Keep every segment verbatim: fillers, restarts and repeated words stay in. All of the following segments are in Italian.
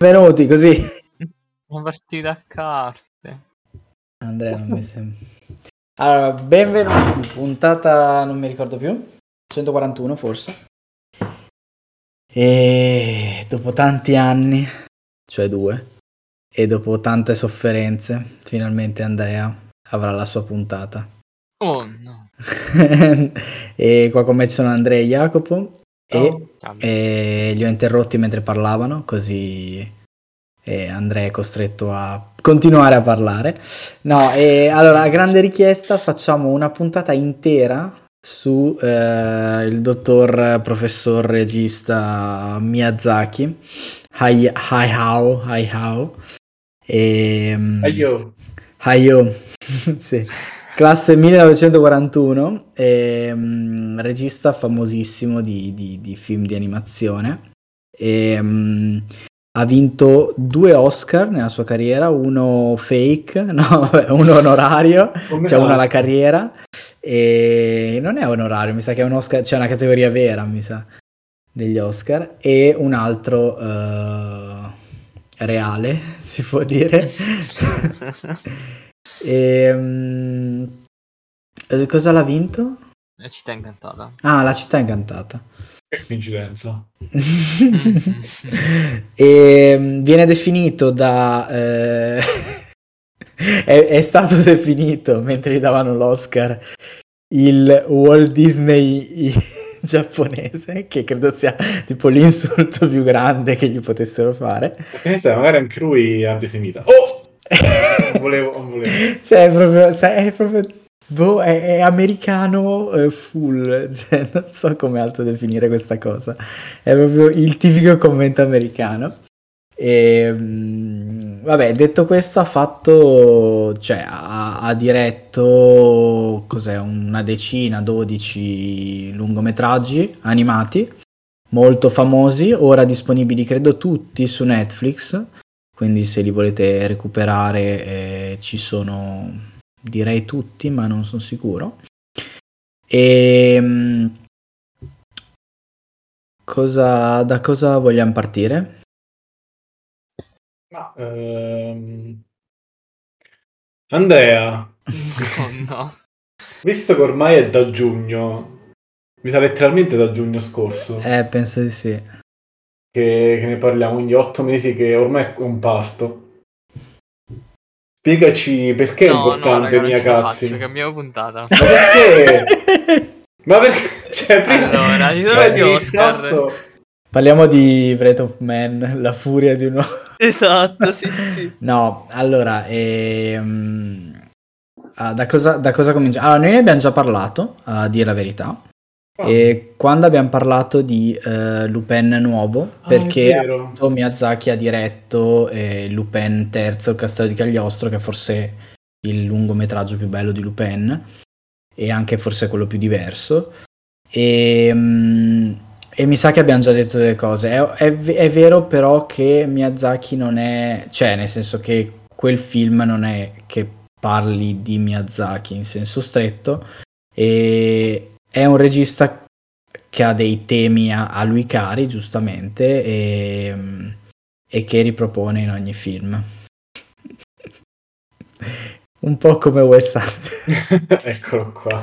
Benvenuti così. Una partita a carte. Andrea non mi sembra. Allora, benvenuti, puntata non mi ricordo più, centoquarantuno forse. E dopo tanti anni, cioè due, e dopo tante sofferenze, finalmente Andrea avrà la sua puntata. Oh no. E qua con me ci sono Andrea e Jacopo. Oh, e, e li ho interrotti mentre parlavano, così e Andrea è costretto a continuare a parlare. No, e allora a grande richiesta facciamo una puntata intera su eh, il dottor professor regista Miyazaki, Hay- Hayao Hayao e Aio. Hayao sì. Classe millenovecentoquarantuno, ehm, regista famosissimo di, di, di film di animazione. E, um, ha vinto due Oscar nella sua carriera, uno fake, no, uno onorario, Come cioè uno alla l'altro. carriera, e non è onorario, mi sa che è un Oscar, c'è una categoria vera, mi sa, degli Oscar, e un altro uh, reale, si può dire. E, um, cosa l'ha vinto? La città incantata. Ah, La città incantata. Che coincidenza. E viene definito da eh, è, è stato definito mentre gli davano l'Oscar il Walt Disney giapponese, che credo sia tipo l'insulto più grande che gli potessero fare. Che ne sai, magari anche lui è antisemita. Oh! Non volevo, non volevo. Cioè, è proprio, sai, è proprio boh, è, è americano eh, full, cioè, non so come altro definire questa cosa. È proprio il tipico commento americano. E mh, vabbè, detto questo, ha fatto, cioè, ha, ha diretto cos'è, una decina, dodici lungometraggi animati molto famosi, ora disponibili credo tutti su Netflix. Quindi se li volete recuperare eh, ci sono, direi tutti, ma non sono sicuro. E mh, cosa, da cosa vogliamo partire? Ma, ehm... Andrea, Oh no. visto che ormai è da giugno, mi sa letteralmente da giugno scorso, Eh, penso di sì. che, che ne parliamo, quindi otto mesi che ormai è un parto. Spiegaci perché è No, no, importante raga, non Mia ce la Cazzi. faccio, cambiamo puntata. Ma perché? Ma perché? Cioè, prima... Allora, ci sono Beh, gli di Oscar. sasso... Parliamo di Breath of Man, la furia di uno. Esatto, sì, sì. No, allora, ehm, ah, da cosa, da cosa cominciamo? Allora, noi ne abbiamo già parlato, a dire la verità. Ah. E quando abbiamo parlato di uh, Lupin nuovo, Ah, perché è vero. appunto Miyazaki ha diretto eh, Lupin terzo, il Castello di Cagliostro, che è forse il lungometraggio più bello di Lupin e anche forse quello più diverso. E, um, e mi sa che abbiamo già detto delle cose. È, è, è vero però che Miyazaki non è, cioè nel senso che quel film non è che parli di Miyazaki in senso stretto, e è un regista che ha dei temi a, a lui cari, giustamente, e, e che ripropone in ogni film. Un po' come Wes Anderson. Eccolo qua.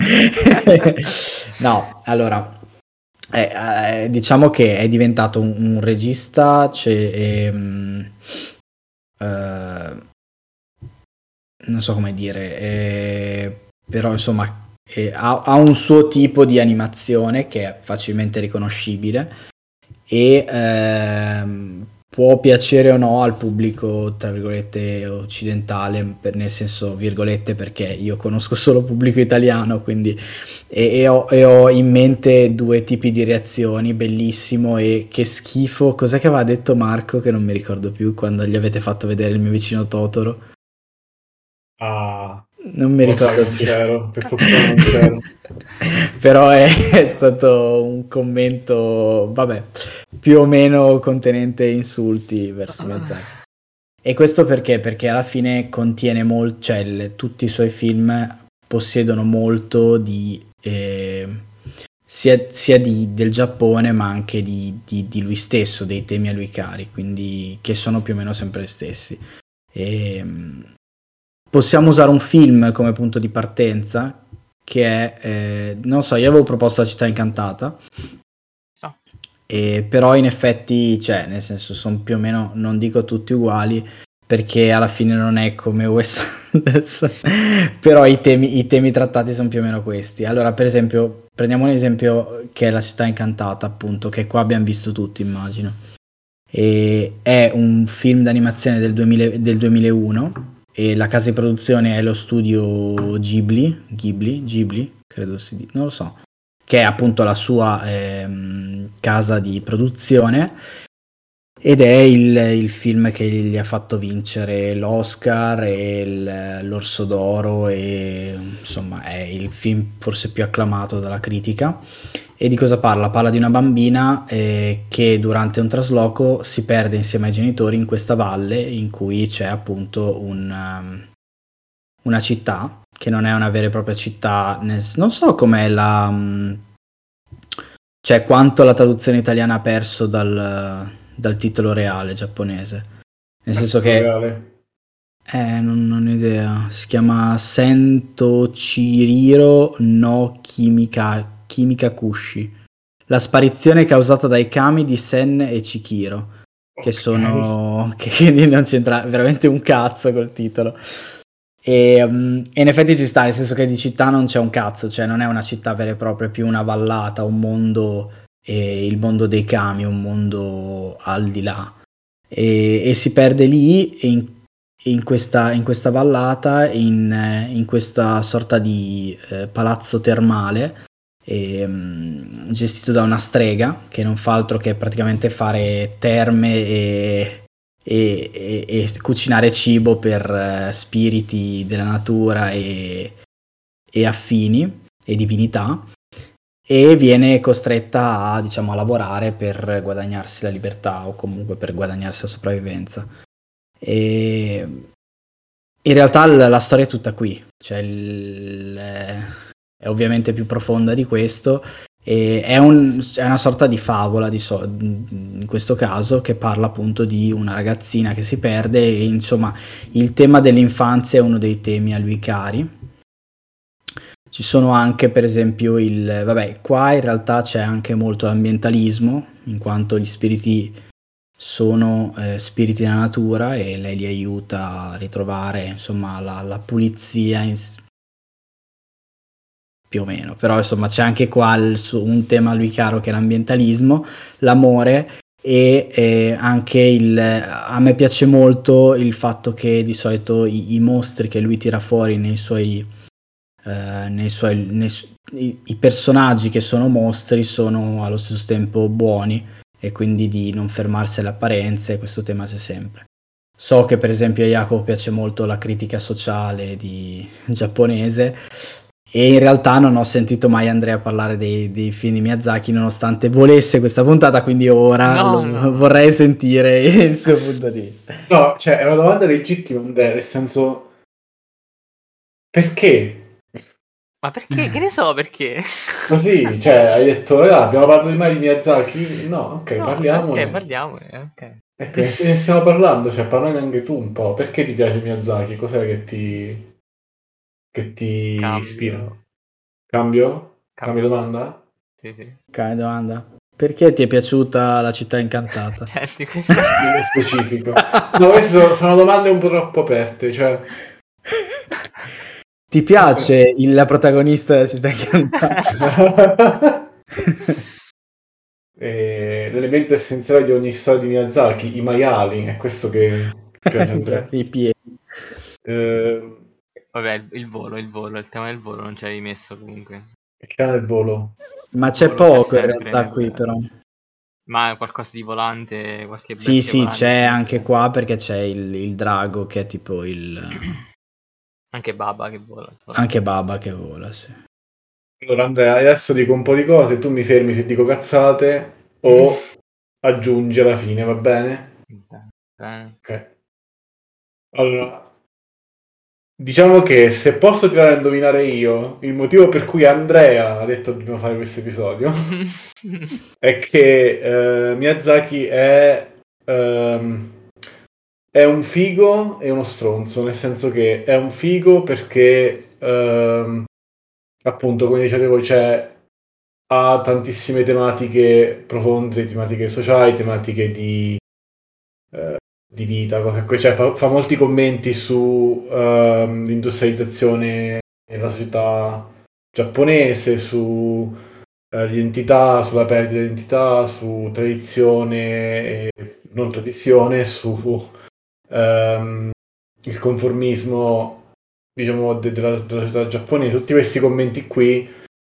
No, allora, eh, eh, diciamo che è diventato un, un regista, cioè, ehm, eh, non so come dire, eh, però insomma eh, ha, ha un suo tipo di animazione che è facilmente riconoscibile e ehm, può piacere o no al pubblico tra virgolette occidentale, per, nel senso virgolette, perché io conosco solo pubblico italiano, quindi e, e, ho, e ho in mente due tipi di reazioni: bellissimo e che schifo. Cos'è che aveva detto Marco, che non mi ricordo più, quando gli avete fatto vedere Il mio vicino Totoro? Ah, Non mi lo sai, ricordo non più. c'ero, per fortuna non c'ero. Però è, è stato un commento, vabbè, più o meno contenente insulti verso Miyazaki. E questo perché? Perché alla fine contiene molto, cioè le, tutti i suoi film possiedono molto di eh, sia, sia di, del Giappone, ma anche di, di, di lui stesso, dei temi a lui cari, quindi che sono più o meno sempre gli stessi. E, possiamo usare un film come punto di partenza, che è, eh, non so, io avevo proposto La città incantata, So. e, però in effetti, cioè, nel senso, sono più o meno, non dico tutti uguali, perché alla fine non è come Wes Anderson, però i temi, i temi trattati sono più o meno questi. Allora, per esempio, prendiamo un esempio che è La città incantata, appunto, che qua abbiamo visto tutti, immagino. E è un film d'animazione del, duemila, del duemilauno, e la casa di produzione è lo studio Ghibli, Ghibli, Ghibli, credo si dica, non lo so, che è appunto la sua ehm, casa di produzione, ed è il, il film che gli ha fatto vincere l'Oscar e il, l'Orso d'Oro, e insomma è il film forse più acclamato dalla critica. E di cosa parla? Parla di una bambina eh, che durante un trasloco si perde insieme ai genitori in questa valle in cui c'è appunto un, um, una città che non è una vera e propria città, nel, non so com'è la... Um, cioè quanto la traduzione italiana ha perso dal, dal titolo reale giapponese. Nel senso che... Reale. Eh, non, non ho idea. Si chiama Sento Chihiro no Kimika, Kimika Kushi. La sparizione causata dai kami di Sen e Chihiro, che Ok. sono... che non c'entra veramente un cazzo col titolo. E, um, e in effetti ci sta, nel senso che di città non c'è un cazzo, cioè non è una città vera e propria, è più una vallata, un mondo, eh, il mondo dei kami, un mondo al di là. E, e si perde lì, e in, in, questa, in questa vallata, in, in questa sorta di eh, palazzo termale, e, um, gestito da una strega che non fa altro che praticamente fare terme e, e, e, e cucinare cibo per uh, spiriti della natura e, e affini e divinità, e viene costretta a, diciamo, a lavorare per guadagnarsi la libertà, o comunque per guadagnarsi la sopravvivenza. E in realtà la, la storia è tutta qui, cioè il, è ovviamente più profonda di questo, e è, un, è una sorta di favola di so, in questo caso, che parla appunto di una ragazzina che si perde, e insomma il tema dell'infanzia è uno dei temi a lui cari. Ci sono anche, per esempio, il... vabbè, qua in realtà c'è anche molto l'ambientalismo, in quanto gli spiriti sono eh, spiriti della natura, e lei li aiuta a ritrovare, insomma, la, la pulizia, in... più o meno. Però, insomma, c'è anche qua il, un tema a lui caro, che è l'ambientalismo, l'amore, e eh, anche il... a me piace molto il fatto che di solito i, i mostri che lui tira fuori nei suoi... Uh, nei suoi, nei su- i, i personaggi che sono mostri sono allo stesso tempo buoni, e quindi di non fermarsi alle apparenze. Questo tema c'è sempre. So che per esempio a Jacopo piace molto la critica sociale di giapponese, e in realtà non ho sentito mai Andrea parlare dei, dei film di Miyazaki, nonostante volesse questa puntata, quindi ora No, lo- no. vorrei sentire il suo punto di vista. No, cioè è una domanda legittima, Andrea, nel senso, perché? Ma perché? Che ne so perché? Così, cioè, hai detto, "Raga, abbiamo parlato di mai di Miyazaki? No, ok, No, parliamone. ok, parliamone, ok. Ecco, ne ne stiamo parlando, cioè, parlane anche tu un po'. Perché ti piace Miyazaki? Cos'è che ti, che ti Cambio. ispira? Cambio? Cambio Cambio. domanda? Sì, sì. Ok, domanda. Perché ti è piaciuta La città incantata? Senti, questo... Nello specifico. No, queste sono, sono domande un po' troppo aperte, cioè... Ti piace il, la protagonista della città incantata? Eh, l'elemento essenziale di ogni storia di Miyazaki, i maiali, è questo che piace a Andrea. I piedi. Eh, Vabbè, il volo, il volo, il tema del volo non ci avevi messo comunque. il cane del volo. Ma c'è Il volo c'è poco in sempre realtà nel- qui, però. Ma qualcosa di volante, qualche Sì, bestia sì, volante c'è si anche mette. qua, perché c'è il, il drago, che è tipo il... Anche Baba che vola. anche Baba che vola, sì. Allora Andrea, adesso dico un po' di cose, tu mi fermi se dico cazzate o aggiungi alla fine, va bene? Bene. Ok. Allora, diciamo che se posso tirare a indovinare io, il motivo per cui Andrea ha detto dobbiamo fare questo episodio è che eh, Miyazaki è, ehm, è un figo e uno stronzo, nel senso che è un figo perché ehm, appunto, come dicevo, c'è ha tantissime tematiche profonde, tematiche sociali, tematiche di, eh, di vita, cose que- cioè, fa, fa molti commenti su ehm, l'industrializzazione nella società giapponese, su eh, l'identità, sulla perdita di identità, su tradizione e non tradizione, su ehm, il conformismo, diciamo, de- della, della società giapponese, tutti questi commenti qui,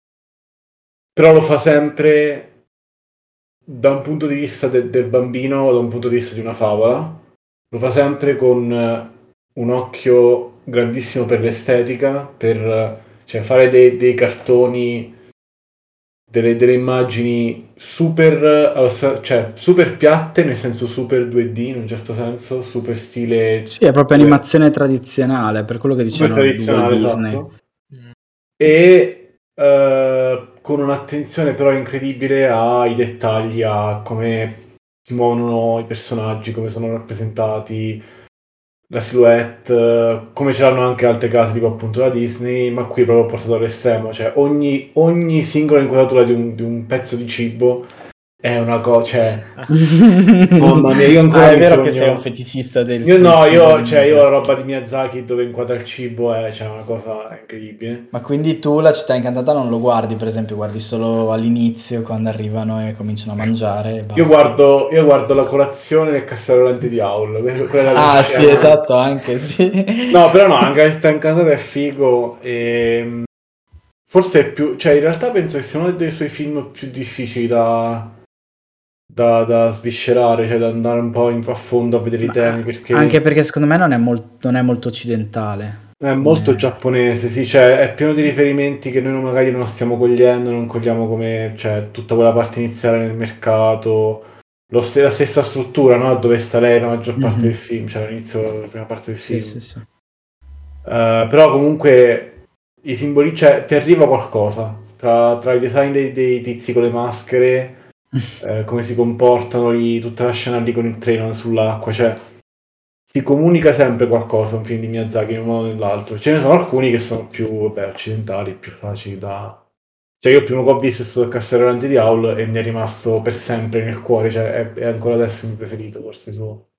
però lo fa sempre da un punto di vista de- del bambino, da un punto di vista di una favola, lo fa sempre con eh, un occhio grandissimo per l'estetica, per eh, cioè, fare dei, dei cartoni, delle, delle immagini super, allo sta- cioè, super piatte, nel senso super due D in un certo senso, super stile Sì, è proprio super, animazione tradizionale, per quello che super dicevano di Walt tradizionale, Disney. esatto. E eh, con un'attenzione però incredibile ai dettagli, a come si muovono i personaggi, come sono rappresentati, la silhouette, eh, come ce l'hanno anche altre case tipo appunto la Disney, ma qui proprio portato all'estremo, cioè ogni, ogni singola inquadratura di un, di un pezzo di cibo è una cosa, cioè, mamma mia, io ancora Ah, è mi vero che sei un sogno... feticista del, Io del no, cibo io, di cioè, io la Miyazaki. roba di Miyazaki dove inquadra il cibo è cioè, una cosa incredibile. Ma quindi tu la città incantata non lo guardi, per esempio, guardi solo all'inizio quando arrivano e cominciano a mangiare e Io basta. guardo, io guardo la colazione nel castello volante di Howl, que- quella è la Ah, sì, scena. esatto, anche sì. No, però no, anche la città incantata è figo e forse è più, cioè in realtà penso che sia uno dei suoi film più difficili da, da, da sviscerare, cioè da andare un po' in, a fondo a vedere i temi, Ma perché anche perché secondo me non è, mol- non è molto occidentale. è molto Come... giapponese, sì, cioè è pieno di riferimenti che noi magari non stiamo cogliendo, non cogliamo come, cioè tutta quella parte iniziale nel mercato, lo st- la stessa struttura, no? Dove sta lei la maggior parte del Mhm. film, cioè all'inizio, la prima parte del Sì, film. sì, sì. Eh, però comunque i simboli, cioè ti arriva qualcosa tra, tra i design dei, dei tizi con le maschere, eh, come si comportano, i- tutta la scena lì con il treno sull'acqua, cioè ti comunica sempre qualcosa un film di Miyazaki in un modo o nell'altro. Ce ne sono alcuni che sono più vabbè, occidentali, più facili da... Cioè io il primo che ho visto è stato il Castello Volante di Howl e mi è rimasto per sempre nel cuore, cioè è, è ancora adesso il mio preferito, forse suo.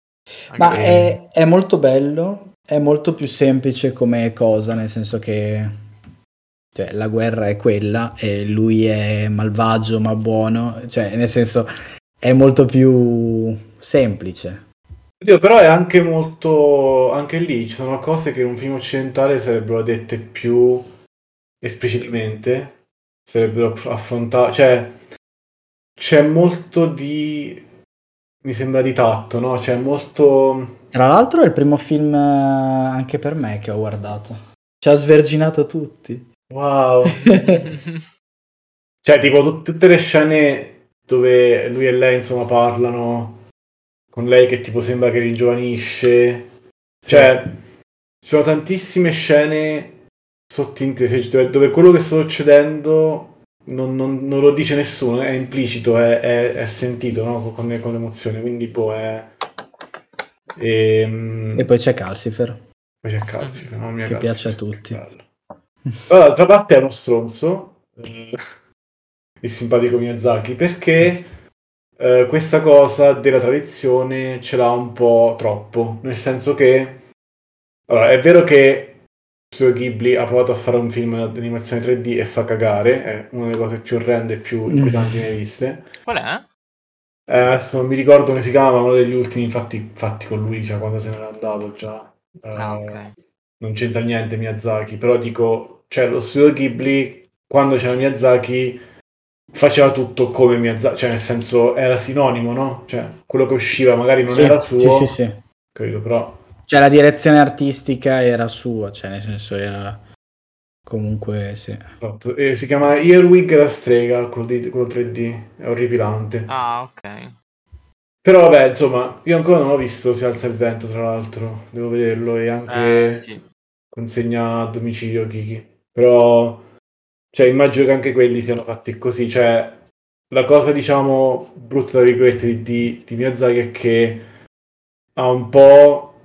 Ma E... è, è molto bello, è molto più semplice come cosa, nel senso che cioè, la guerra è quella e lui è malvagio ma buono, cioè nel senso è molto più semplice. Oddio, però è anche molto... anche lì ci sono cose che in un film occidentale sarebbero dette più esplicitamente, sarebbero affrontate... cioè c'è molto di... mi sembra di tatto, no? C'è molto... Tra l'altro è il primo film eh, anche per me che ho guardato. Ci ha sverginato tutti. Wow! Cioè, tipo, tut- tutte le scene dove lui e lei, insomma, parlano con lei che tipo sembra che ringiovanisce. Sì. Cioè, ci sono tantissime scene sottintese, dove, dove quello che sta succedendo non, non- non lo dice nessuno, è implicito, è, è- è sentito, no? Con, con l'emozione, quindi, boh, è... E ehm, poi c'è Calcifer, Poi c'è Calzi, no? Mia che Calzi, piace a che tutti. bello. Però d'altra parte è uno stronzo, eh, il simpatico Miyazaki, perché eh, questa cosa della tradizione ce l'ha un po' troppo, nel senso che allora, è vero che Studio Ghibli ha provato a fare un film di animazione tre D e fa cagare, è una delle cose più orrende e più inquietanti mai viste. Qual è? Eh, adesso non mi ricordo come si chiama, ma uno degli ultimi infatti fatti con lui, cioè quando se n'era andato già. Ah, Eh, ok. non c'entra niente Miyazaki, però dico, cioè lo studio Ghibli, quando c'era Miyazaki, faceva tutto come Miyazaki, cioè nel senso era sinonimo, no? Cioè quello che usciva magari non era Sì, sì, sì, suo, sì. capito, però... Cioè la direzione artistica era sua, cioè nel senso era comunque sì. Esatto. E si chiama Earwig la strega, quello, di- quello tre D, è orripilante. Ah, ok. Però vabbè, insomma, io ancora non ho visto Si alza il vento, tra l'altro, devo vederlo e Eh, anche... sì. consegna a domicilio Kiki. Però, cioè, immagino che anche quelli siano fatti così. Cioè, la cosa, diciamo, brutta, tra virgolette, di, di, di Miyazaki è che ha un po'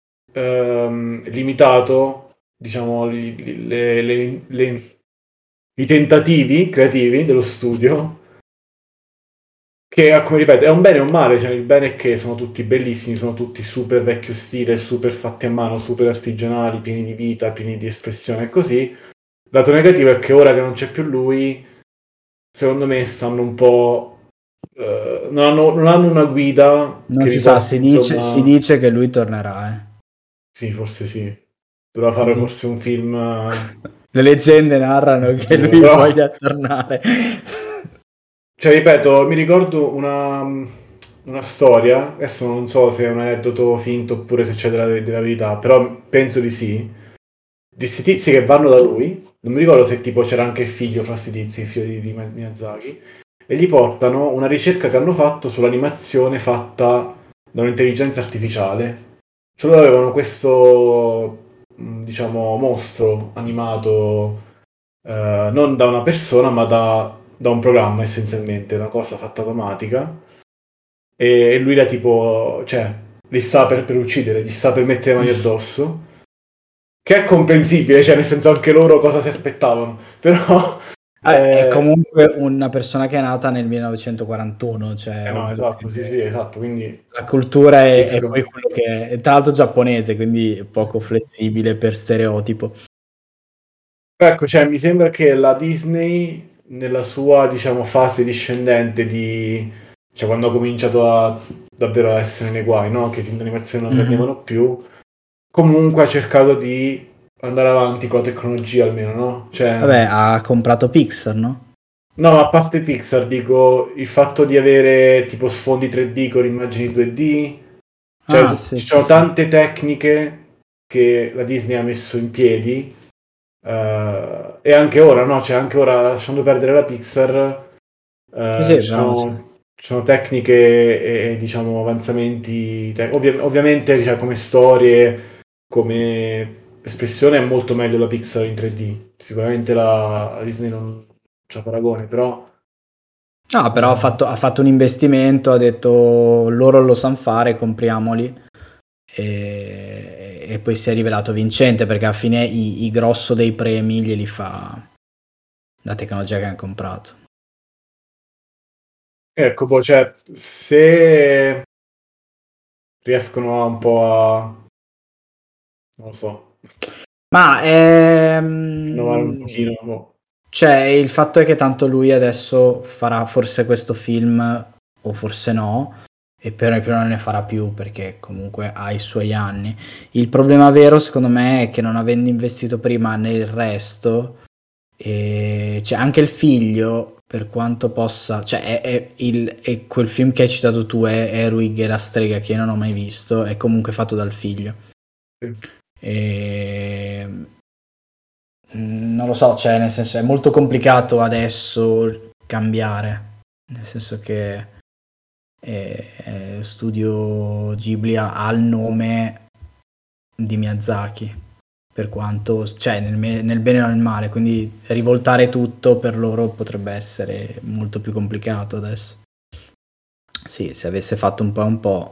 ehm, limitato, diciamo, li- li- le- le- le- i tentativi creativi dello studio. Che, ah, come ripeto, è un bene e un male. Cioè, il bene è che sono tutti bellissimi, sono tutti super vecchio stile, super fatti a mano, super artigianali, pieni di vita, pieni di espressione e così. Lato negativo è che ora che non c'è più lui, secondo me stanno un po'... eh, non, hanno, non hanno una guida Non che si li sa, porti, si dice, si insomma... dice che lui tornerà, eh. Sì, forse sì. Dovrà fare Quindi- forse un film eh, Le leggende narrano che futuro, lui però... voglia tornare. Cioè, ripeto, mi ricordo una, una storia, adesso non so se è un aneddoto finto oppure se c'è della, della verità, però penso di sì, di sti tizi che vanno da lui, non mi ricordo se tipo c'era anche il figlio fra sti tizi, il figlio di, di Miyazaki, e gli portano una ricerca che hanno fatto sull'animazione fatta da un'intelligenza artificiale. Cioè loro avevano questo, mh, diciamo, mostro animato eh, non da una persona ma da, da un programma essenzialmente, una cosa fatta automatica, e, e lui era tipo, cioè, li sta per, per uccidere, gli sta per mettere le mani addosso, che è comprensibile, cioè nel senso anche loro cosa si aspettavano, però... Eh, è Eh, comunque una persona che è nata nel millenovecentoquarantuno, cioè eh è no, ovvio esatto, sì, che sì, esatto, quindi la cultura è, è poi capisco. quello che è, tra l'altro giapponese, quindi è poco flessibile per stereotipo. Ecco, cioè, mi sembra che la Disney, nella sua, diciamo, fase discendente di... cioè, quando ha cominciato a davvero a essere nei guai, no? Che i film d'animazione non Mhm. rendevano più, comunque ha cercato di andare avanti con la tecnologia almeno, no? Cioè... Vabbè, ha comprato Pixar, no? No, ma a parte Pixar, dico, il fatto di avere tipo sfondi tre D con immagini due D, cioè Ah, tu- sì, ci sì, sono sì. tante tecniche che la Disney ha messo in piedi. Eh, e anche ora, no? Cioè, anche ora, lasciando perdere la Pixar, Sì, eh, sì, ci bravo, sì. sono, ci sono tecniche e, e, diciamo, avanzamenti. te- ovvia- ovviamente, cioè, come storie, come espressione, è molto meglio la Pixar in tre D. Sicuramente la, la Disney non c'ha paragone, però. No, però ha eh, fatto, ha fatto un investimento, ha detto loro lo sanno fare, compriamoli. E, e poi si è rivelato vincente perché alla fine i, i grosso dei premi glieli fa la tecnologia che hanno comprato. ecco, poi, cioè, se riescono a un po' a, non lo so, Ma innovare un ehm, pochino, boh. cioè il fatto è che tanto lui adesso farà forse questo film o forse no, e però più non ne farà più perché comunque ha i suoi anni. Il problema vero secondo me è che non avendo investito prima nel resto, e cioè anche il figlio, per quanto possa, cioè è, è il, è quel film che hai citato tu, è Erwig e la strega, che io non ho mai visto, è comunque fatto dal figlio. Sì. E... mm, non lo so, cioè nel senso è molto complicato adesso cambiare, nel senso che eh, eh, Studio Ghibli ha, ha il nome di Miyazaki, per quanto, cioè nel, me- nel bene o nel male, quindi rivoltare tutto per loro potrebbe essere molto più complicato adesso. Sì, se avesse fatto un po' un po'.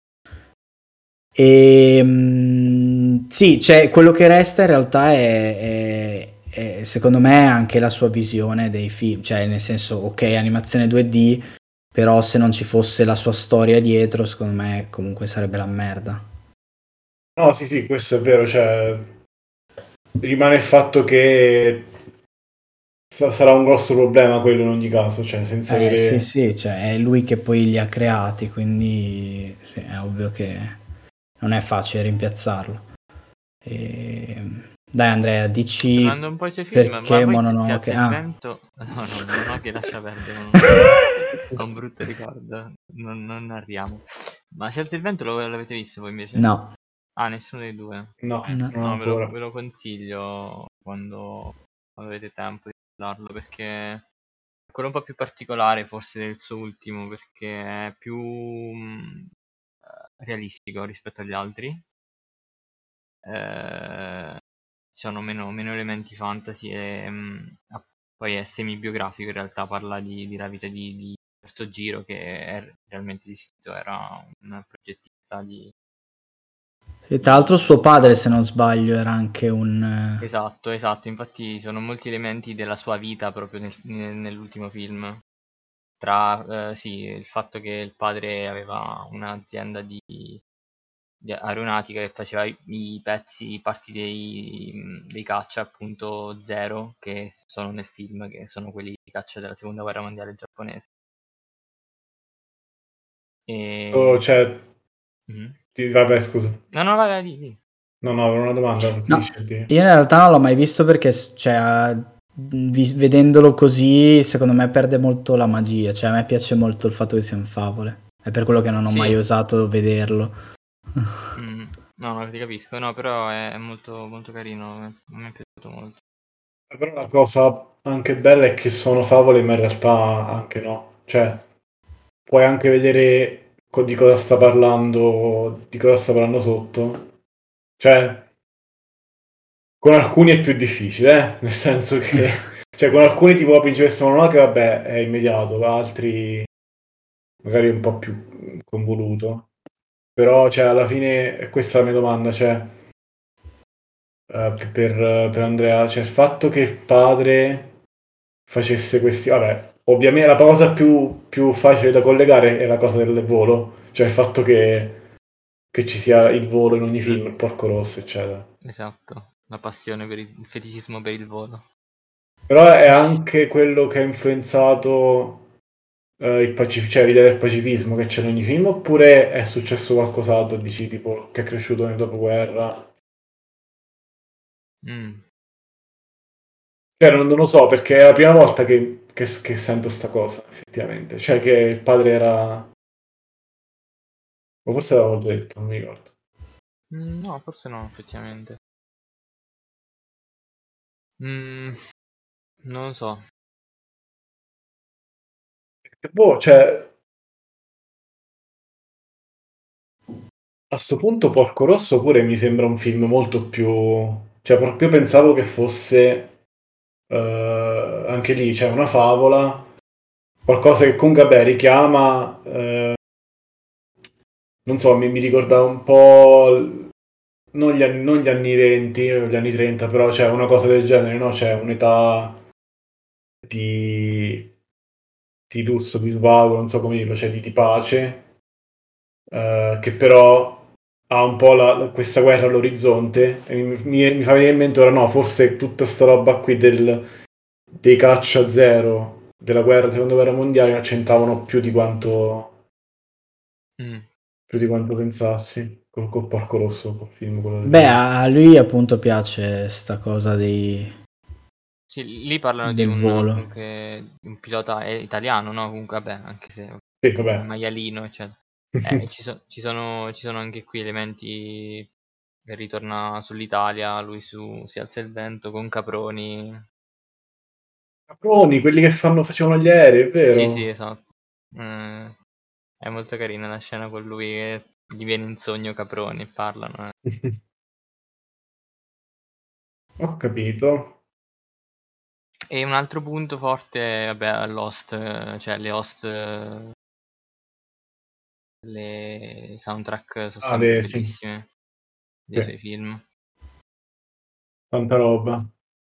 E, mm, sì, cioè quello che resta in realtà è, è- è, secondo me anche la sua visione dei film, cioè nel senso, ok, animazione due D, però se non ci fosse la sua storia dietro, secondo me comunque sarebbe la merda. No, sì, sì, questo è vero, cioè rimane il fatto che sa- sarà un grosso problema quello in ogni caso, cioè senza Eh sì, avere... sì, cioè è lui che poi li ha creati, quindi sì, è ovvio che non è facile rimpiazzarlo. E... Dai Andrea, dici Tornando un po' ai suoi film, ma perché poi si, si Mononoke? alza il Ah. vento. No, no, Mononoke lascia perdere. Mononoke. Ho un brutto ricordo. Non, non arriviamo. Ma se alza il vento lo, l'avete visto voi invece? No, Ah, nessuno dei due. No, Ok. no. non No, ve lo, ancora. ve lo consiglio quando, quando avete tempo di guardarlo perché è quello un po' più particolare forse del suo ultimo perché è più mm, eh, realistico rispetto agli altri. Eh, sono meno, meno elementi fantasy e mh, ah, poi è semi-biografico, in realtà parla di, della vita di, di questo Giro che è realmente esistito, era un progettista di... E tra l'altro di... suo padre, se non sbaglio, era anche un... eh, Esatto, esatto, infatti sono molti elementi della sua vita proprio nel- nel- nell'ultimo film, tra eh, sì, il fatto che il padre aveva un'azienda di, di aeronautica che faceva i, i pezzi, i parti dei, mh, dei caccia appunto zero, che sono nel film, che sono quelli di caccia della seconda guerra mondiale giapponese. Oh, E... cioè, Mhm. ti- vabbè, scusa. No, no, vai, vai, di, di. No, no, avevo una domanda, No, finisci di... io in realtà non l'ho mai visto perché, s- cioè, vi- vedendolo così, secondo me perde molto la magia. Cioè, a me piace molto il fatto che siano favole. È per quello che non ho mai Sì, osato vederlo. mm, no, no, ti capisco, no, però è, è molto, molto carino, a me è piaciuto molto. Però la cosa anche bella è che sono favole, ma in realtà anche no. Cioè, puoi anche vedere co- di cosa sta parlando, di cosa sta parlando sotto. Cioè, con alcuni è più difficile, eh? Nel senso che... Cioè, con alcuni tipo la principessa Mononoke, vabbè, è immediato, altri magari è un po' più convoluto. Però, cioè, alla fine, e questa è la mia domanda, cioè, eh, per, per Andrea, cioè, il fatto che il padre facesse questi... Vabbè, ovviamente la cosa più, più facile da collegare è la cosa del volo, cioè il fatto che, che ci sia il volo in ogni film, il porco rosso, eccetera. Esatto, la passione per il, il feticismo per il volo. Però è anche quello che ha influenzato eh, il pacif- cioè l'idea del pacifismo che c'è in ogni film, oppure è successo qualcos'altro, dici, tipo, che è cresciuto nel dopoguerra? Mm. Cioè, non, non lo so, perché è la prima volta che, che, che sento sta cosa, effettivamente. Cioè, che il padre era... O forse l'avevo già detto, non mi ricordo. Mm, no, forse no, effettivamente. Mm, non lo so. Boh, cioè, a sto punto Porco Rosso pure mi sembra un film molto più... Cioè, proprio pensavo che fosse eh, anche lì, c'è una favola, qualcosa che comunque, vabbè, richiama... eh, non so, mi, mi ricorda un po'... Non gli, anni, non gli anni venti, gli anni trenta, però c'è una cosa del genere, no? C'è un'età di, di lusso, di svago, non so come dirlo, cioè di, di pace, eh, che però ha un po' la- questa guerra all'orizzonte e mi, mi- mi fa venire in mente ora no, forse tutta sta roba qui del, dei caccia zero della guerra, della seconda guerra mondiale ne accentavano più di quanto Mm. più di quanto pensassi col, col Porco Rosso, col film, quello Beh, del... a lui appunto piace sta cosa dei... Sì, lì parlano di del un, volo. comunque, di un pilota eh, italiano, no? Comunque, vabbè, anche se Sì, un vabbè. maialino, eccetera. Eh, e ci, so- ci sono, ci sono anche qui elementi che ritorna sull'Italia, lui su Si alza il vento con Caproni. Caproni, quelli che fanno, facevano gli aerei, è Sì, sì, vero? esatto. Eh, è molto carina la scena con lui che gli viene in sogno Caproni e parlano. eh. Ho capito. E un altro punto forte, vabbè, Lost, eh, cioè le host, eh, le soundtrack sono Ah, sempre beh, sì, bellissime dei sì, suoi film. tanta roba,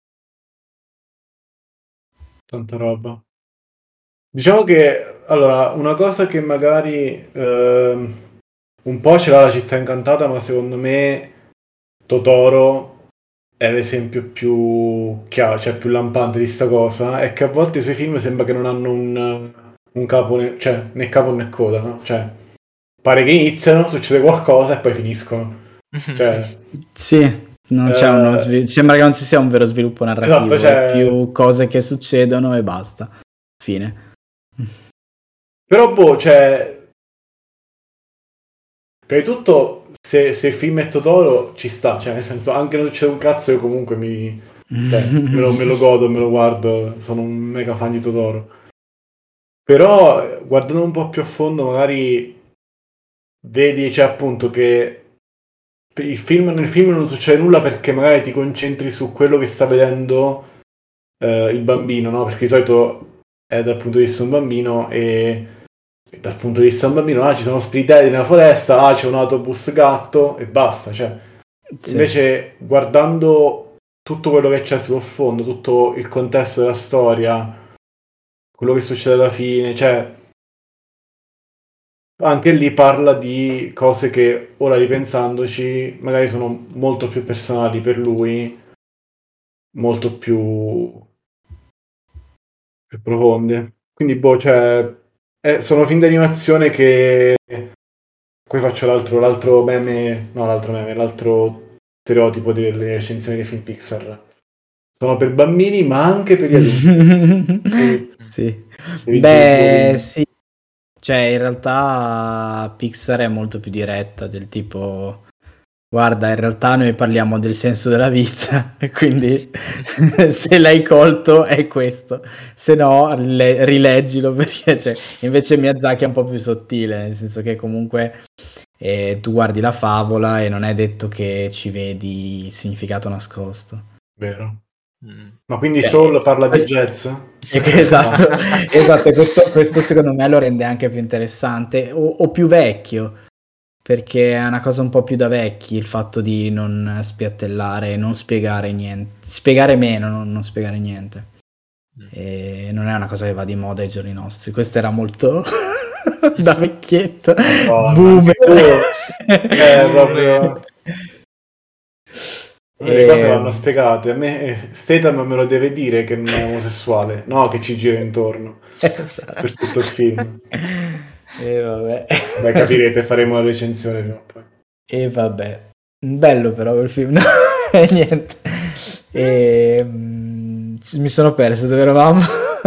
tanta roba. Diciamo che, allora, una cosa che magari ehm, un po' ce l'ha la città incantata, ma secondo me Totoro è l'esempio più chiaro, cioè più lampante di sta cosa, è che a volte i suoi film sembra che non hanno un, un capo, né, cioè né capo né coda, no? Cioè, pare che iniziano, succede qualcosa e poi finiscono. Cioè, Sì, non c'è uno eh, svil- sembra che non ci sia un vero sviluppo esatto, narrativo, è cioè, più cose che succedono e basta. Fine. però boh, cioè, prima di tutto, se, se il film è Totoro, ci sta, cioè, nel senso, anche non succede un cazzo, io comunque mi... Cioè, me lo, me lo godo, me lo guardo, sono un mega fan di Totoro. Però, eh, guardando un po' più a fondo, magari vedi, cioè, appunto, che il film, nel film non succede nulla perché magari ti concentri su quello che sta vedendo eh, il bambino, no? Perché di solito è dal punto di vista di un bambino e, e dal punto di vista di un bambino, ah, ci sono spiritelli nella foresta, ah, c'è un autobus gatto e basta, cioè. Sì. Invece guardando tutto quello che c'è sullo sfondo, tutto il contesto della storia, quello che succede alla fine, cioè anche lì parla di cose che ora ripensandoci magari sono molto più personali per lui, molto più, più profonde. Quindi boh, cioè eh, sono film d'animazione che poi faccio l'altro, l'altro meme, no l'altro meme, l'altro stereotipo delle recensioni dei film Pixar. Sono per bambini ma anche per gli adulti. Sì. Beh, sì. Cioè, in realtà Pixar è molto più diretta, del tipo, guarda, in realtà noi parliamo del senso della vita, e quindi se l'hai colto è questo, se no le- rileggilo, perché cioè, invece Miyazaki è un po' più sottile, nel senso che comunque eh, tu guardi la favola e non è detto che ci vedi il significato nascosto. Vero. Mm. Ma quindi Cioè, Soul parla questo- di jazz? Esatto, esatto, e questo, questo secondo me lo rende anche più interessante o, o più vecchio, perché è una cosa un po' più da vecchi il fatto di non spiattellare, non spiegare niente, spiegare meno, non, non spiegare niente. E non è una cosa che va di moda ai giorni nostri. Questo era molto da vecchietto. No, Boomer. Eh, proprio. Le cose E- vanno spiegate. A me eh, Statham me lo deve dire che non è omosessuale, no, che ci gira intorno Esatto. per tutto il film. E vabbè. Beh, capirete, faremo la recensione prima o poi. E vabbè. Bello però quel film. No? E niente. E, mm, mi sono perso dove eravamo.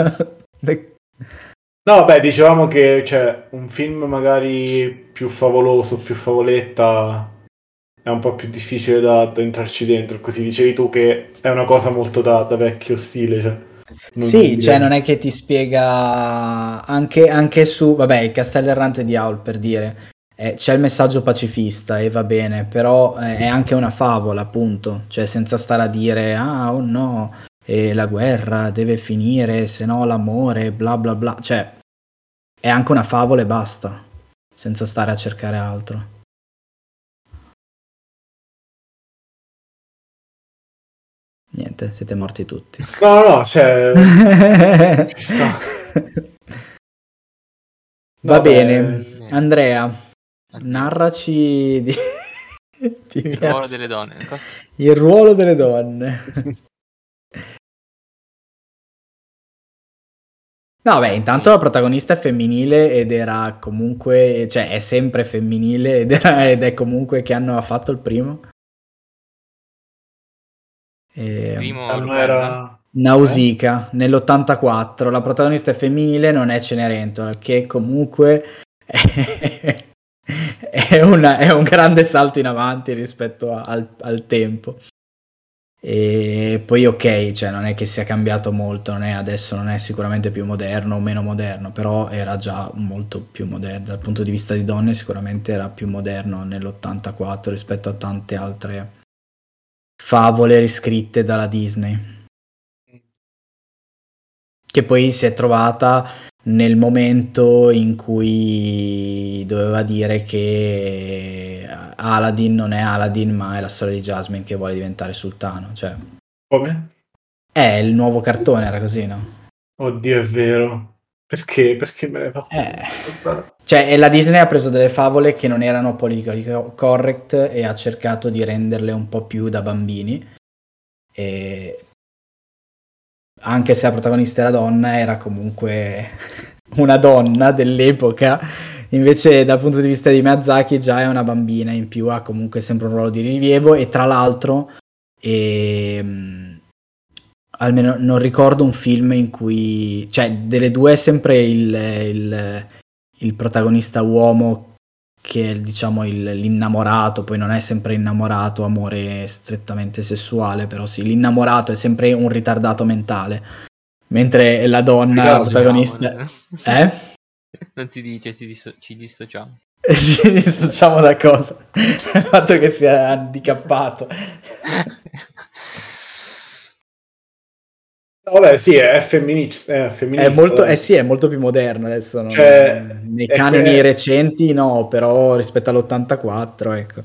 No, beh, dicevamo che c'è un film magari più favoloso, più favoletta, è un po' più difficile da, da entrarci dentro. Così dicevi tu che è una cosa molto da, da vecchio stile. Cioè, non Sì, dire- cioè non è che ti spiega anche, anche su, vabbè, il Castello Errante di Howl, per dire, eh, c'è il messaggio pacifista e va bene, però eh, è anche una favola, appunto, cioè senza stare a dire, ah, oh no, eh, la guerra deve finire, se no l'amore, bla bla bla, cioè è anche una favola e basta, senza stare a cercare altro. Niente, siete morti tutti. No, no, cioè... ci sta. Va No, bene, beh, Andrea, Addio. narraci di, di Il Mia- ruolo delle donne. Cosa- il ruolo delle donne. No, beh, intanto la protagonista è femminile ed era comunque, cioè è sempre femminile ed, era- ed è comunque che anno ha fatto il primo? E- Primo non Rubenna. era... Nausicaa, nell'ottantaquattro, la protagonista è femminile, non è Cenerentola, che comunque è, è una- è un grande salto in avanti rispetto a- al, al tempo. E poi ok, cioè non è che sia cambiato molto, non è adesso non è sicuramente più moderno o meno moderno, però era già molto più moderno dal punto di vista di donne, sicuramente era più moderno nell'ottantaquattro rispetto a tante altre favole riscritte dalla Disney, che poi si è trovata nel momento in cui doveva dire che Aladdin non è Aladdin ma è la storia di Jasmine che vuole diventare sultano, cioè Come? è il nuovo cartone, era così, no? Oddio, è vero. Perché? Perché me ne fa... Eh, cioè e la Disney ha preso delle favole che non erano politically correct e ha cercato di renderle un po' più da bambini, e anche se la protagonista era donna era comunque una donna dell'epoca, invece dal punto di vista di Miyazaki già è una bambina, in più ha comunque sempre un ruolo di rilievo e tra l'altro ehm, almeno non ricordo un film in cui, cioè delle due è sempre il, il, il protagonista uomo che è diciamo il, l'innamorato, poi non è sempre innamorato, amore strettamente sessuale, però sì, l'innamorato è sempre un ritardato mentale, mentre la donna la protagonista Diciamo, eh? Non si dice, si disso- ci dissociamo. Eh sì, diciamo da cosa? Il fatto che sia handicappato. Vabbè, sì, è femminista. È, femminista, È molto, dai. eh sì, è molto più moderno adesso. Non- Cioè, nei è canoni que- recenti no, però rispetto all'ottantaquattro, ecco.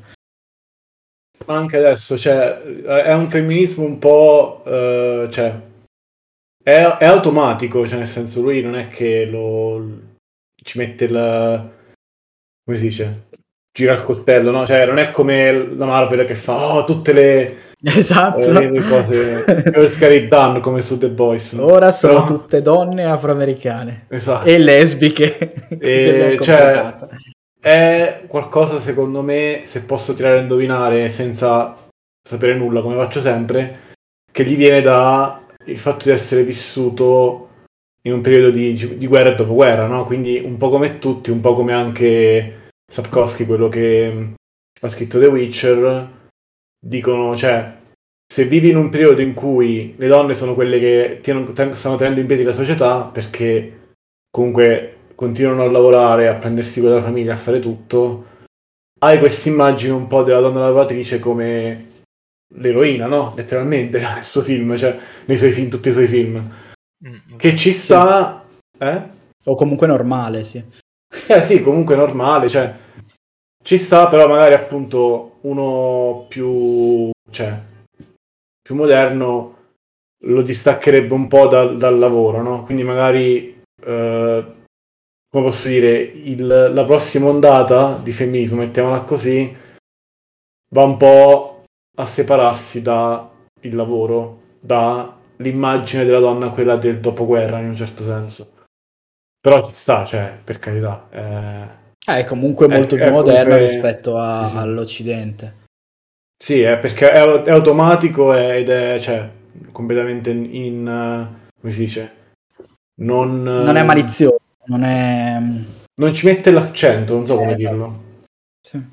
ma anche adesso, cioè, è un femminismo un po', eh, cioè, è, è automatico, cioè nel senso lui non è che lo ci mette il, come si dice, gira il coltello, no? Cioè non è come la Marvel che fa oh, tutte le, Esatto. eh, le cose girls get it done come su The Boys. Ora sono Però, tutte donne afroamericane esatto. e lesbiche che si abbiamo E, cioè, completata. è qualcosa secondo me, se posso tirare a indovinare senza sapere nulla come faccio sempre, che gli viene da il fatto di essere vissuto in un periodo di, di guerra e dopoguerra, no? Quindi un po' come tutti, un po' come anche Sapkowski, quello che ha scritto The Witcher, dicono, cioè, se vivi in un periodo in cui le donne sono quelle che tienono, ten- stanno tenendo in piedi la società, perché comunque continuano a lavorare, a prendersi cura della famiglia, a fare tutto, hai questa immagine un po' della donna lavoratrice come l'eroina, no? Letteralmente, nel suo film, cioè, nei suoi film, tutti i suoi film. Mm, Che ci sta... Eh? O comunque normale, sì. Eh sì, comunque normale, cioè... Ci sta, però magari appunto uno più... cioè... più moderno lo distaccherebbe un po' dal, dal lavoro, no? Quindi magari... Eh, come posso dire, il, la prossima ondata di femminismo, mettiamola così, va un po' a separarsi da il lavoro, dall'immagine della donna, quella del dopoguerra in un certo senso. Però ci sta, cioè, per carità. Eh, Eh, È comunque è, molto più è moderno comunque... rispetto a- Sì, sì. all'Occidente. Sì, è perché è, è automatico ed è, cioè, completamente in... in, eh, come si dice? Non... Non è eh, malizioso, non è... non ci mette l'accento, non so come Eh, esatto. dirlo. Sì.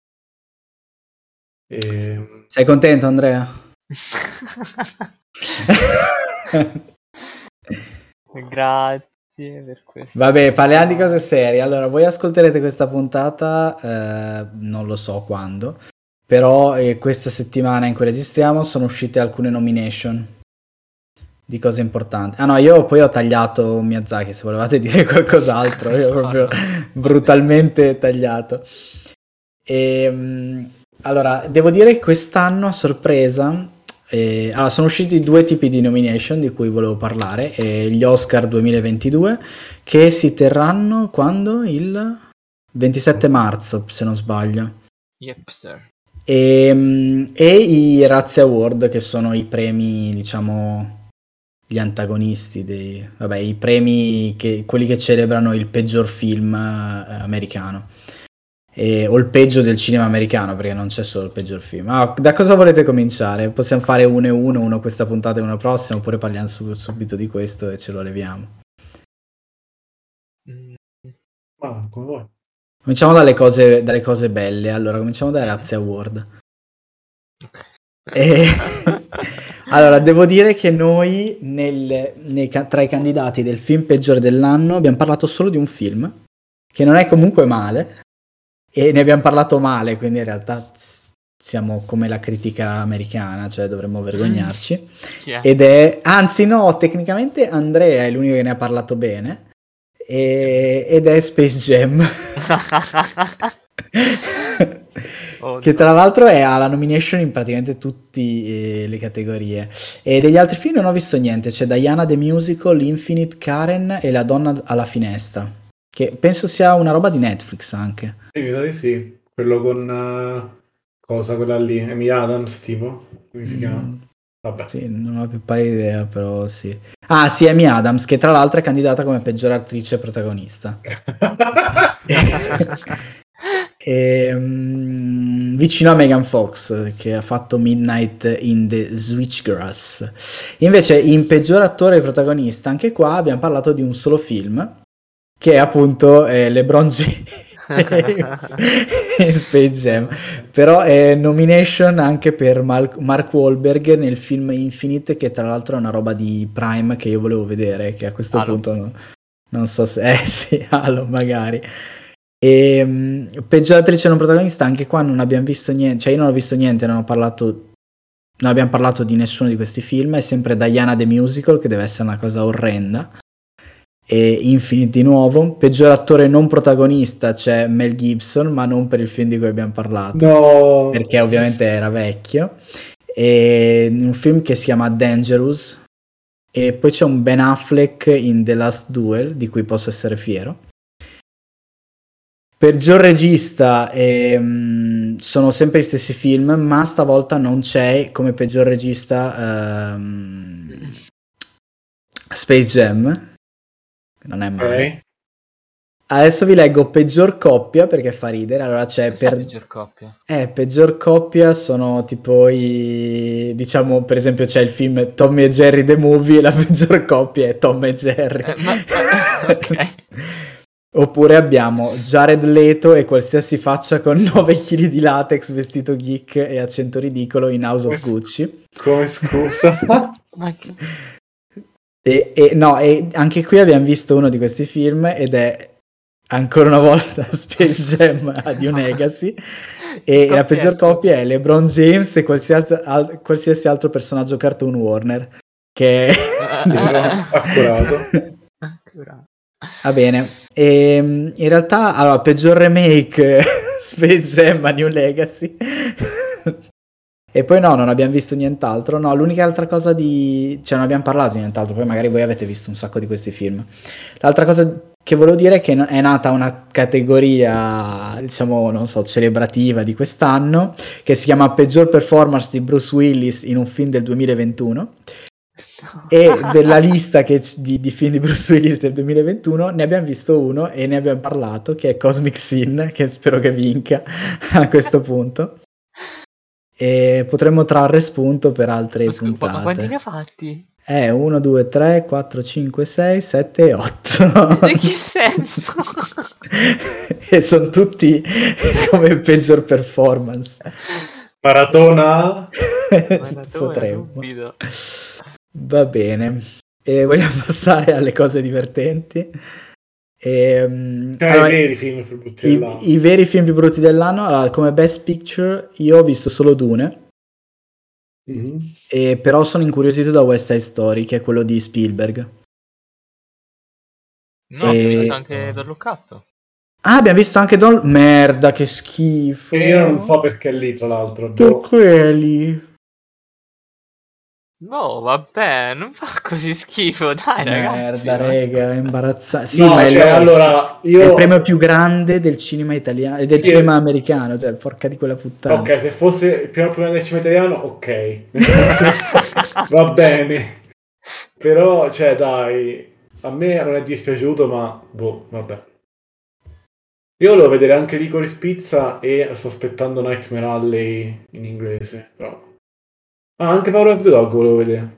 E... Sei contento, Andrea? Grazie per questo. Vabbè, parliamo di cose serie. Allora, voi ascolterete questa puntata, eh, non lo so quando, però eh, questa settimana in cui registriamo sono uscite alcune nomination di cose importanti. Ah no, io poi ho tagliato Miyazaki, se volevate dire qualcos'altro, io ho proprio No, no, brutalmente tagliato. E, mh, allora, devo dire che quest'anno a sorpresa eh, allora, sono usciti due tipi di nomination di cui volevo parlare, eh, gli Oscar duemilaventidue che si terranno quando? Il ventisette marzo, se non sbaglio. Yep, sir. E, mh, e i Razzie Award, che sono i premi, diciamo, gli antagonisti dei, vabbè, i premi che, quelli che celebrano il peggior film eh, americano. E, o il peggio del cinema americano, perché non c'è solo il peggior film. Ah, da cosa volete cominciare? Possiamo fare uno e uno, uno questa puntata e uno prossima, oppure parliamo sub- subito di questo e ce lo leviamo. Mm, Ma come vuoi. Cominciamo dalle cose, dalle cose belle. Allora, cominciamo dai Razzie Award. E... allora, devo dire che noi nel- nei ca- tra i candidati del film peggiore dell'anno abbiamo parlato solo di un film, che non è comunque male, e ne abbiamo parlato male, quindi in realtà s- siamo come la critica americana, cioè dovremmo vergognarci. Chi è? Ed è, anzi no, tecnicamente Andrea è l'unico che ne ha parlato bene, e- ed è Space Jam. Oh, Che no. tra l'altro è alla nomination in praticamente tutte le categorie. E degli altri film non ho visto niente. C'è Diana the Musical, Infinite, Karen e La donna alla finestra, che penso sia una roba di Netflix anche. Sì, mi sa di sì. Quello con... eh, cosa, quella lì? Amy Adams, tipo? Come si chiama? Mm, Vabbè. sì, non ho più pari idea, però sì. Ah, sì, Amy Adams, che tra l'altro è candidata come peggior attrice protagonista. E, mm, vicino a Megan Fox, che ha fatto Midnight in the Switchgrass. Invece in peggior attore protagonista, anche qua abbiamo parlato di un solo film, che è appunto eh, LeBron James in Space Jam. Però è nomination anche per Mal- Mark Wahlberg nel film Infinite, che tra l'altro è una roba di Prime che io volevo vedere, che a questo Halo. punto no- non so se... Eh sì, Halo magari. E mh, peggior attrice non protagonista, anche qua non abbiamo visto niente, cioè io non ho visto niente, non ho parlato, non abbiamo parlato di nessuno di questi film, è sempre Diana the Musical, che deve essere una cosa orrenda, e Infinity nuovo. Peggior attore non protagonista c'è Mel Gibson, ma non per il film di cui abbiamo parlato, No. perché ovviamente era vecchio, e un film che si chiama Dangerous, e poi c'è un Ben Affleck in The Last Duel, di cui posso essere fiero. Peggior regista ehm, sono sempre gli stessi film, ma stavolta non c'è come peggior regista ehm, Space Jam, che non è male. Ok. Adesso vi leggo peggior coppia perché fa ridere. Allora c'è Cos'è per peggior coppia? eh, peggior coppia sono tipo i, diciamo, per esempio c'è il film Tommy e Jerry the Movie e la peggior coppia è Tom e Jerry. Eh, ma- ok. Oppure abbiamo Jared Leto e qualsiasi faccia con nove chili di latex, vestito geek e accento ridicolo in House of Come s- Gucci. Come scusa? Ma che... E, e no, e anche qui abbiamo visto uno di questi film ed è ancora una volta Space Jam a New Legacy. E Che la coppia peggior è, scusa? coppia è LeBron James e qualsiasi, al- qualsiasi altro personaggio cartoon Warner, che è Accurato. Accurato. Va bene. E, in realtà, allora, peggior remake Space Jam a New Legacy. E poi no, non abbiamo visto nient'altro. No, l'unica altra cosa di... cioè non abbiamo parlato di nient'altro, poi magari voi avete visto un sacco di questi film. L'altra cosa che volevo dire è che è nata una categoria, diciamo, non so, celebrativa di quest'anno, che si chiama peggior performance di Bruce Willis in un film del duemilaventuno. E della lista che c- di, di film di Bruce Willis del duemilaventuno ne abbiamo visto uno e ne abbiamo parlato, che è Cosmic Sin, che spero che vinca a questo punto, e potremmo trarre spunto per altre Ma, scu- ma- ma quanti ne puntate. ha fatti? Eh, uno, due, tre, quattro, cinque, sei, sette e otto. In che senso? E sono tutti come peggior performance. Maratona. Maratona, Potremmo. subito. Va bene. E vogliamo passare alle cose divertenti. Ehm, Sono allora, i veri film più brutti i, dell'anno. i veri film più brutti dell'anno. Allora, come Best Picture io ho visto solo Dune, Mhm. e però sono incuriosito da West Side Story, che è quello di Spielberg. No, abbiamo E- visto anche Don't Look Up. Ah, abbiamo visto anche Don... Merda, che schifo. E io non so perché è lì, tra l'altro. Che boh. quelli. No, vabbè, non fa così schifo, dai ragazzi. Merda, ma- rega, è imbarazzante. Sì, No, ma è, cioè, l'Oscar. allora, io... È il premio più grande del cinema italiano e del Sì. cinema americano, cioè porca di quella puttana. Ok, se fosse il primo problema del cinema italiano, ok. Va bene. Però, cioè, dai, a me non è dispiaciuto, ma boh, vabbè. Io volevo vedere anche Licorice Pizza e sto aspettando Nightmare Alley in inglese, però. Ah, anche Power of the Dog volevo vedere.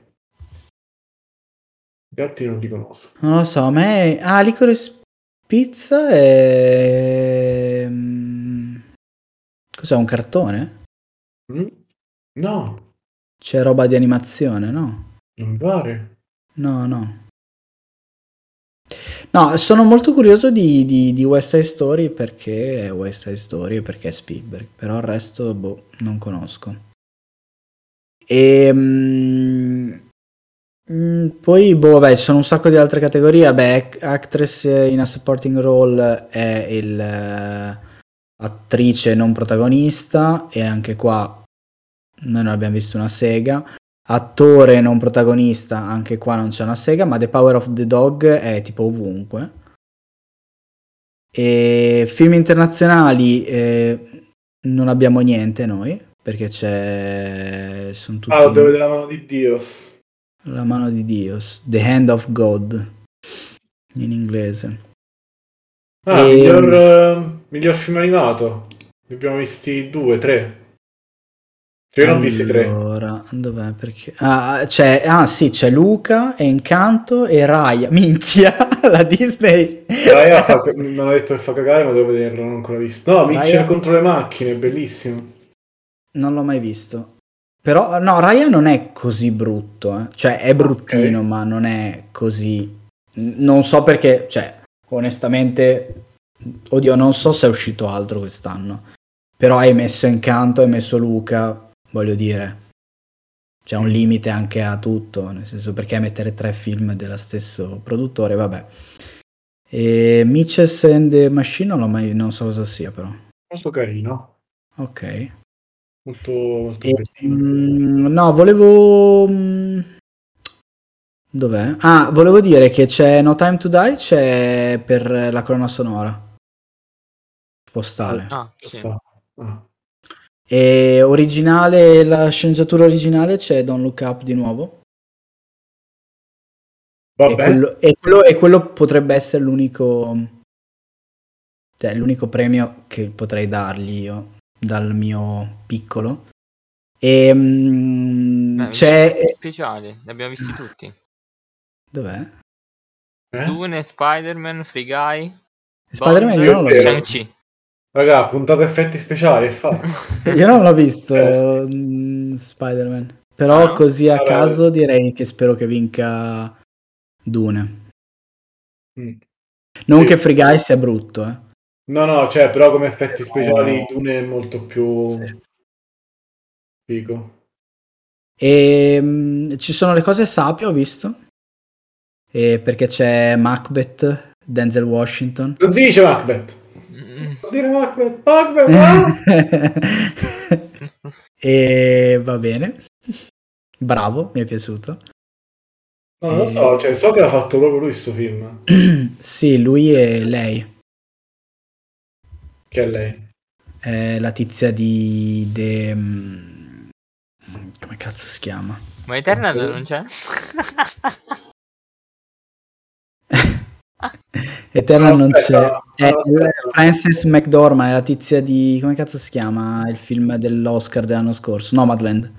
Gli altri non li conosco. Non lo so, a me... Ah, Licorice Pizza è... mm, cos'è, un cartone? Mm? No, C'è roba di animazione, no? non mi pare. No, no. No, sono molto curioso di, di, di West Side Story perché è West Side Story e perché è Spielberg, però il resto, boh, non conosco. E mm, mm, poi, boh, vabbè, ci sono un sacco di altre categorie. Vabbè, ac- Actress in a Supporting Role è il eh, attrice non protagonista, e anche qua noi non abbiamo visto una sega. Attore non protagonista, anche qua non c'è una sega, ma The Power of the Dog è tipo ovunque. E film internazionali eh, non abbiamo niente noi, perché c'è... sono tutti... Ah, lo devo vedere la mano di Dios. La mano di Dios, The Hand of God in inglese. Ah, E- miglior, eh, miglior film animato. Ne abbiamo visti due, tre. Cioè, io ne ho visti tre. Allora, dov'è? Perché... Ah, c'è... ah sì, c'è Luca, Encanto e Raya. Minchia, la Disney. Raya fa- mi hanno detto che fa cagare, ma devo vederlo, non ho ancora visto. No, Mitchell Raya- contro le macchine, bellissimo. Non l'ho mai visto. Però, no, Raya non è così brutto, eh. Cioè, è bruttino, Ok. ma non è così... N- Non so perché, cioè, onestamente, oddio, non so se è uscito altro quest'anno, però hai messo Encanto, hai messo Luca, voglio dire, c'è un limite anche a tutto, nel senso, perché mettere tre film dello stesso produttore, vabbè. E Mitchells and the Machine non, l'ho mai, non so cosa sia, però. Molto carino. Ok. Molto, molto E, carino. mm, no, volevo... mm, dov'è? Ah, volevo dire che c'è No Time to Die, c'è per la colonna sonora postale. Ah, sì. Sta. Ah. E originale, la sceneggiatura originale c'è Don't Look Up di nuovo. E Vabbè. quello, e, quello, e quello potrebbe essere l'unico, cioè l'unico premio che potrei dargli io dal mio piccolo. E mm, Beh, c'è. effetti speciali, li abbiamo visti tutti. Dov'è? Eh? Dune, Spider-Man, Free Guy, Spider-Man Bond, io non l'ho visto. Shang-Chi. Raga, puntata effetti speciali è fatta. Io non l'ho visto Eh, mm, Spider-Man. Però Ah, no? così a Vabbè. caso direi che spero che vinca Dune. Mm. Non Sì. che Free Guy sia brutto, eh. No, no, cioè, però come effetti Però- speciali Dune è molto più Sì. figo. E mm, ci sono le cose sapie, ho visto. E perché c'è Macbeth, Denzel Washington. Non si dice Macbeth. Mm. Non dire Macbeth. Macbeth, ah! E va bene. Bravo, mi è piaciuto. No, non lo E- so, cioè, so che l'ha fatto proprio lui sto film. Sì, lui e lei. Che è lei. È la tizia di The... mm, come cazzo si chiama? Ma Eternal non c'è? Eternal No, non aspetta, c'è. È no, aspetta. Frances McDormand, è la tizia di... come cazzo si chiama? Il film dell'Oscar dell'anno scorso. Nomadland.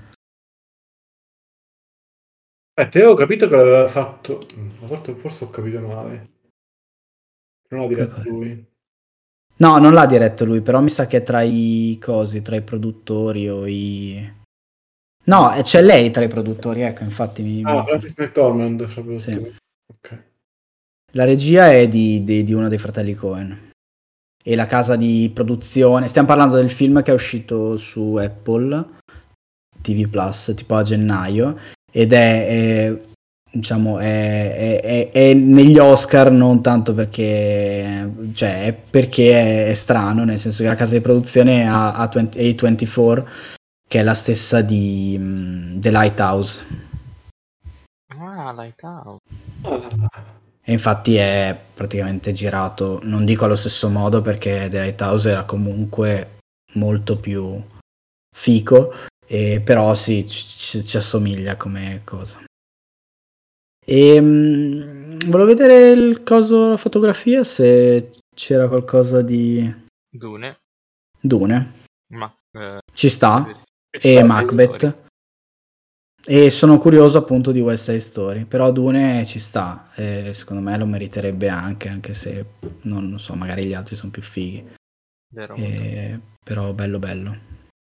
Aspetta, io ho capito che l'aveva fatto. Ma forse, forse ho capito male. Non l'ha diretto Che cosa? lui. No, non l'ha diretto lui, però mi sa che è tra i cosi, tra i produttori o i... No, eh, c'è lei tra i produttori, ecco, infatti mi... Ah, mi- Francis McDormand fra i Sì. produttori. Ok. La regia è di, di- di uno dei fratelli Coen. E la casa di produzione... Stiamo parlando del film che è uscito su Apple T V Plus, tipo a gennaio, ed è... è diciamo è, è- è- è negli Oscar non tanto perché cioè è perché è, è strano, nel senso che la casa di produzione ha, ha venti A ventiquattro, che è la stessa di mm, The Lighthouse, Ah, Lighthouse. e infatti è praticamente girato, non dico allo stesso modo perché The Lighthouse era comunque molto più fico, e però sì, ci, ci- ci assomiglia come cosa. E mm, volevo vedere il coso, la fotografia, se c'era qualcosa di Dune. Dune. Ma... eh, Ci sta. Ci E sta, Macbeth. Story. E sono curioso appunto di West Side Story. Però Dune ci sta. E secondo me lo meriterebbe anche, anche se non lo so, magari gli altri sono più fighi. Vero. E- però bello bello.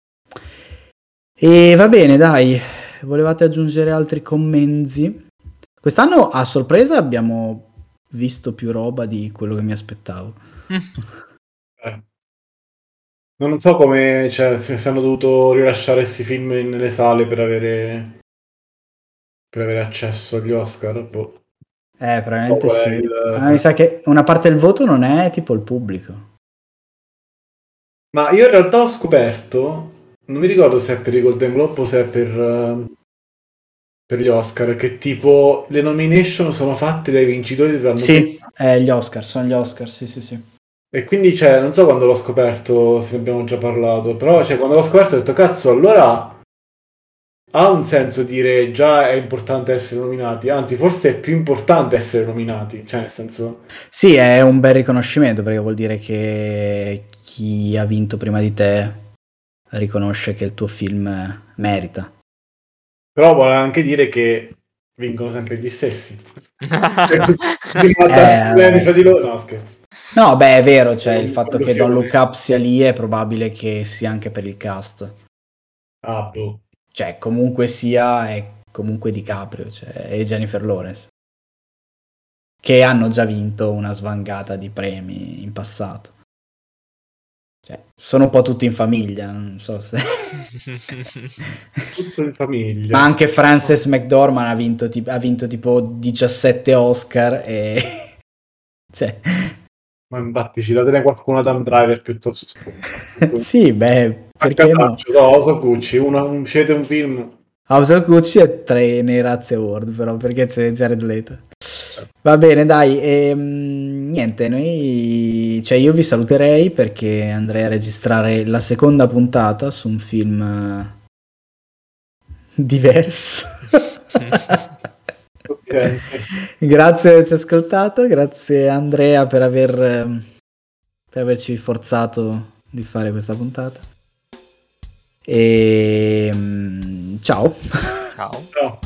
E va bene, dai. Volevate aggiungere altri commenti? Quest'anno a sorpresa abbiamo visto più roba di quello che mi aspettavo. Eh. Non so come, cioè, se, se hanno dovuto rilasciare questi film in- nelle sale per avere per avere accesso agli Oscar. Boh. Eh, probabilmente Oh, qual è sì. il- Ma mi sa che una parte del voto non è tipo il pubblico. Ma io in realtà ho scoperto, non mi ricordo se è per i Golden Globe o se è per, eh, per gli Oscar, che tipo le nomination sono fatte dai vincitori dell'anno Sì, prima. eh, gli Oscar, sono gli Oscar, sì, sì, sì. E quindi, cioè, non so quando l'ho scoperto, se ne abbiamo già parlato, però, cioè, quando l'ho scoperto ho detto, cazzo, allora ha un senso dire già è importante essere nominati, anzi, forse è più importante essere nominati, cioè, nel senso... Sì, è un bel riconoscimento perché vuol dire che chi ha vinto prima di te riconosce che il tuo film merita. Però vuole anche dire che vincono sempre gli stessi. Prima Eh, darsi bene fra sì. di loro, no, scherzo. No, beh, è vero, cioè il È fatto che Don't Look un'illusione. Up sia lì è probabile che sia anche per il cast. Ah, boh. Cioè, comunque sia, è comunque DiCaprio, cioè, e Jennifer Lawrence. che hanno già vinto una svangata di premi in passato. Cioè, sono un po' tutti in famiglia, non so se... Tutto in famiglia. Ma anche Frances McDormand ha vinto, tipo, ha vinto tipo diciassette Oscar e... cioè... Ma infatti ci datene qualcuno Adam Driver piuttosto. Sì, beh, perché A no? casaccio, no, so Gucci, una, un, scegliete un film. House of Gucci è tre nei Razzie Award, però, perché c'è Jared Leto. Va bene, dai, ehm, niente, noi... Cioè, io vi saluterei perché andrei a registrare la seconda puntata su un film eh, diverso. Ok. Grazie per averci ascoltato, grazie Andrea per aver ehm, per averci forzato di fare questa puntata. E mm, ciao. Ciao. Ciao.